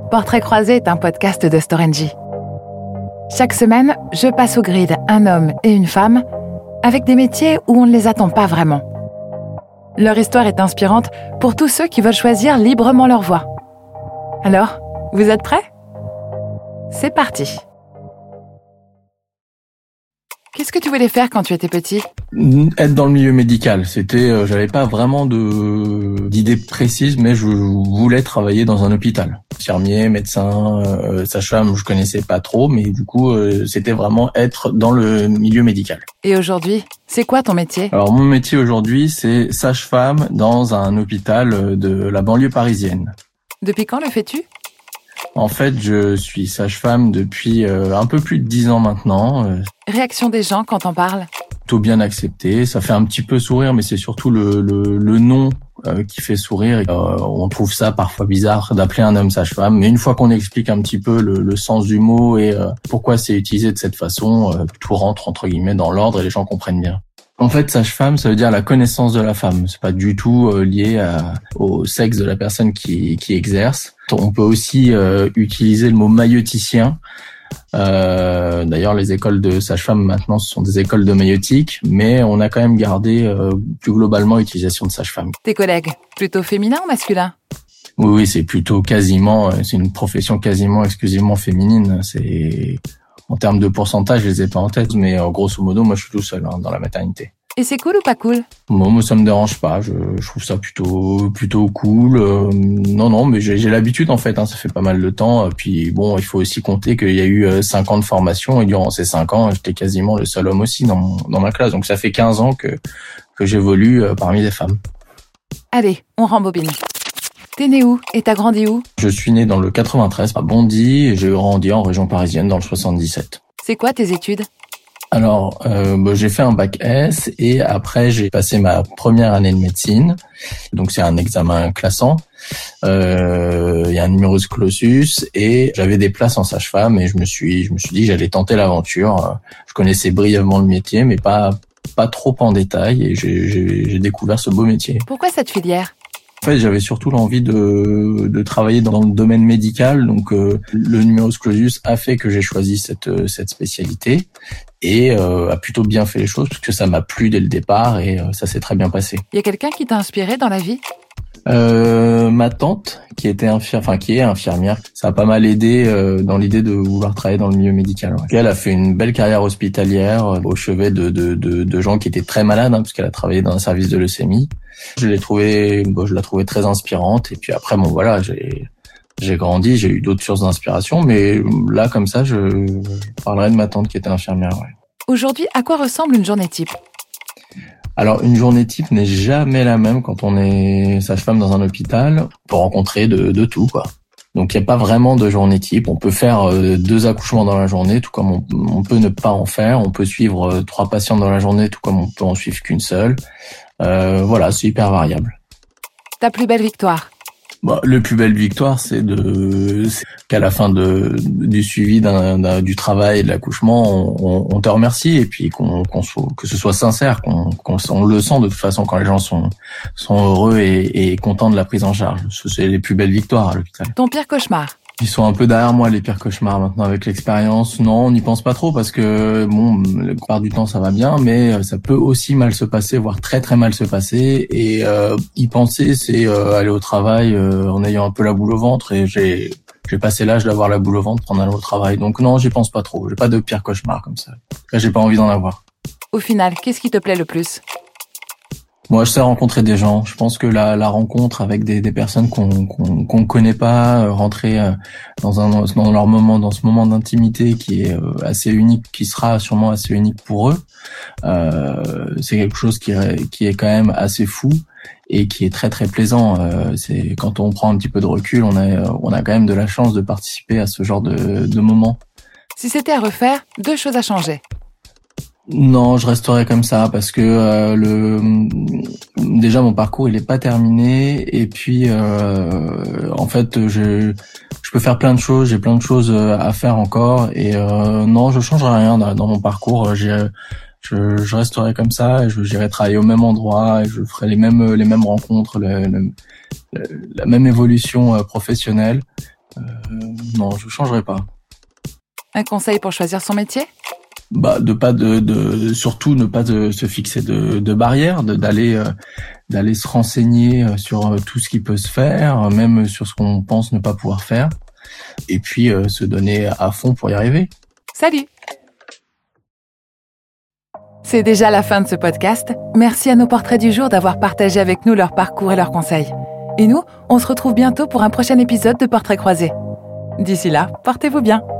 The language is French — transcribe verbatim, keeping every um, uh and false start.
Portrait croisé est un podcast de Storengy. Chaque semaine, je passe au grid un homme et une femme avec des métiers où on ne les attend pas vraiment. Leur histoire est inspirante pour tous ceux qui veulent choisir librement leur voie. Alors, vous êtes prêts ? C'est parti. Qu'est-ce que tu voulais faire quand tu étais petit ? Être dans le milieu médical. C'était, euh, j'avais pas vraiment de d'idée précise, mais je voulais travailler dans un hôpital. Infirmier, médecin, euh, sage-femme, je connaissais pas trop, mais du coup, euh, c'était vraiment être dans le milieu médical. Et aujourd'hui, c'est quoi ton métier ? Alors mon métier aujourd'hui, c'est sage-femme dans un hôpital de la banlieue parisienne. Depuis quand le fais-tu ? En fait, je suis sage-femme depuis euh, un peu plus de dix ans maintenant. Euh, Réaction des gens quand on parle ? Plutôt bien accepté. Ça fait un petit peu sourire, mais c'est surtout le, le, le nom euh, qui fait sourire. Euh, on trouve ça parfois bizarre d'appeler un homme sage-femme, mais une fois qu'on explique un petit peu le, le sens du mot et euh, pourquoi c'est utilisé de cette façon, euh, tout rentre entre guillemets dans l'ordre et les gens comprennent bien. En fait, sage-femme, ça veut dire la connaissance de la femme. C'est pas du tout euh, lié à, au sexe de la personne qui, qui exerce. On peut aussi euh, utiliser le mot maïeuticien. Euh, d'ailleurs, les écoles de sage-femme maintenant, ce sont des écoles de maïeutique, mais on a quand même gardé euh, plus globalement l'utilisation de sage-femme. Tes collègues, plutôt féminin ou masculin ? Oui, oui, c'est plutôt quasiment, c'est une profession quasiment exclusivement féminine. C'est En termes de pourcentage, je les ai pas en tête, mais euh, grosso modo, moi, je suis tout seul hein, dans la maternité. Et c'est cool ou pas cool ? Moi, moi, ça me dérange pas. Je, je trouve ça plutôt, plutôt cool. Euh, non, non, mais j'ai, j'ai l'habitude en fait. Hein, ça fait pas mal de temps. Puis bon, il faut aussi compter qu'il y a eu euh, cinq ans de formation et durant ces cinq ans, j'étais quasiment le seul homme aussi dans, mon, dans ma classe. Donc ça fait quinze ans que que j'évolue euh, parmi les femmes. Allez, on rembobine. T'es né où et t'as grandi où ? Je suis né dans le quatre-vingt-treize à Bondy et j'ai grandi en région parisienne dans le soixante-dix-sept. C'est quoi tes études ? Alors, euh, bah, j'ai fait un bac S et après j'ai passé ma première année de médecine. Donc c'est un examen classant. Euh, il y a un numerus clausus et j'avais des places en sage-femme et je me suis, je me suis dit que j'allais tenter l'aventure. Je connaissais brièvement le métier, mais pas pas trop en détail et j'ai, j'ai, j'ai découvert ce beau métier. Pourquoi cette filière ? En fait, j'avais surtout l'envie de, de travailler dans le domaine médical, donc euh, le numerus clausus a fait que j'ai choisi cette, cette spécialité et euh, a plutôt bien fait les choses parce que ça m'a plu dès le départ et euh, ça s'est très bien passé. Il y a quelqu'un qui t'a inspiré dans la vie ? Euh, ma tante, qui était infirmière, enfin qui est infirmière, ça a pas mal aidé euh, dans l'idée de vouloir travailler dans le milieu médical. Ouais. Elle a fait une belle carrière hospitalière euh, au chevet de, de, de, de gens qui étaient très malades, hein, parce qu'elle a travaillé dans un service de leucémie. Je l'ai trouvé, bon, je la trouvais très inspirante. Et puis après, bon voilà, j'ai j'ai grandi, j'ai eu d'autres sources d'inspiration, mais là comme ça, je, je parlerai de ma tante qui était infirmière. Ouais. Aujourd'hui, à quoi ressemble une journée type ? Alors, une journée type n'est jamais la même quand on est sage-femme dans un hôpital. On peut rencontrer de, de tout, quoi. Donc, il n'y a pas vraiment de journée type. On peut faire euh, deux accouchements dans la journée, tout comme on, on peut ne pas en faire. On peut suivre euh, trois patients dans la journée, tout comme on peut en suivre qu'une seule. Euh, voilà, c'est hyper variable. Ta plus belle victoire ? Bah, le plus belle victoire, c'est de c'est qu'à la fin de du suivi d'un, d'un du travail et de l'accouchement, on, on te remercie et puis qu'on, qu'on soit, que ce soit sincère, qu'on, qu'on on le sent de toute façon quand les gens sont sont heureux et, et contents de la prise en charge. C'est les plus belles victoires à l'hôpital. Ton pire cauchemar ? Ils sont un peu derrière moi, les pires cauchemars, maintenant, avec l'expérience. Non, on n'y pense pas trop parce que, bon, la plupart du temps, ça va bien, mais ça peut aussi mal se passer, voire très très mal se passer. Et euh, y penser, c'est euh, aller au travail euh, en ayant un peu la boule au ventre. Et j'ai j'ai passé l'âge d'avoir la boule au ventre en allant au travail. Donc non, j'y pense pas trop. J'ai pas de pire cauchemar comme ça. Là, j'ai pas envie d'en avoir. Au final, qu'est-ce qui te plaît le plus ? Moi, je sais rencontrer des gens. Je pense que la, la rencontre avec des, des personnes qu'on qu'on qu'on connaît pas, euh, rentrer euh, dans un dans leur moment, dans ce moment d'intimité qui est euh, assez unique, qui sera sûrement assez unique pour eux, euh, c'est quelque chose qui est qui est quand même assez fou et qui est très très plaisant. Euh, c'est quand on prend un petit peu de recul, on a on a quand même de la chance de participer à ce genre de de moment. Si c'était à refaire, deux choses à changer. Non, je resterai comme ça parce que euh, le déjà mon parcours il est pas terminé et puis euh, en fait je je peux faire plein de choses, j'ai plein de choses à faire encore et euh, non, je changerai rien dans, dans mon parcours. J'ai, je je resterai comme ça et je j'irai travailler au même endroit et je ferai les mêmes les mêmes rencontres, le, le, la même évolution professionnelle. Euh, non, je changerai pas. Un conseil pour choisir son métier ? Bah, de pas de, de surtout ne pas de, se fixer de, de barrières, de, d'aller euh, d'aller se renseigner sur tout ce qui peut se faire, même sur ce qu'on pense ne pas pouvoir faire, et puis euh, se donner à fond pour y arriver. Salut ! C'est déjà la fin de ce podcast. Merci à nos portraits du jour d'avoir partagé avec nous leur parcours et leurs conseils. Et nous, on se retrouve bientôt pour un prochain épisode de Portraits croisés. D'ici là, portez-vous bien.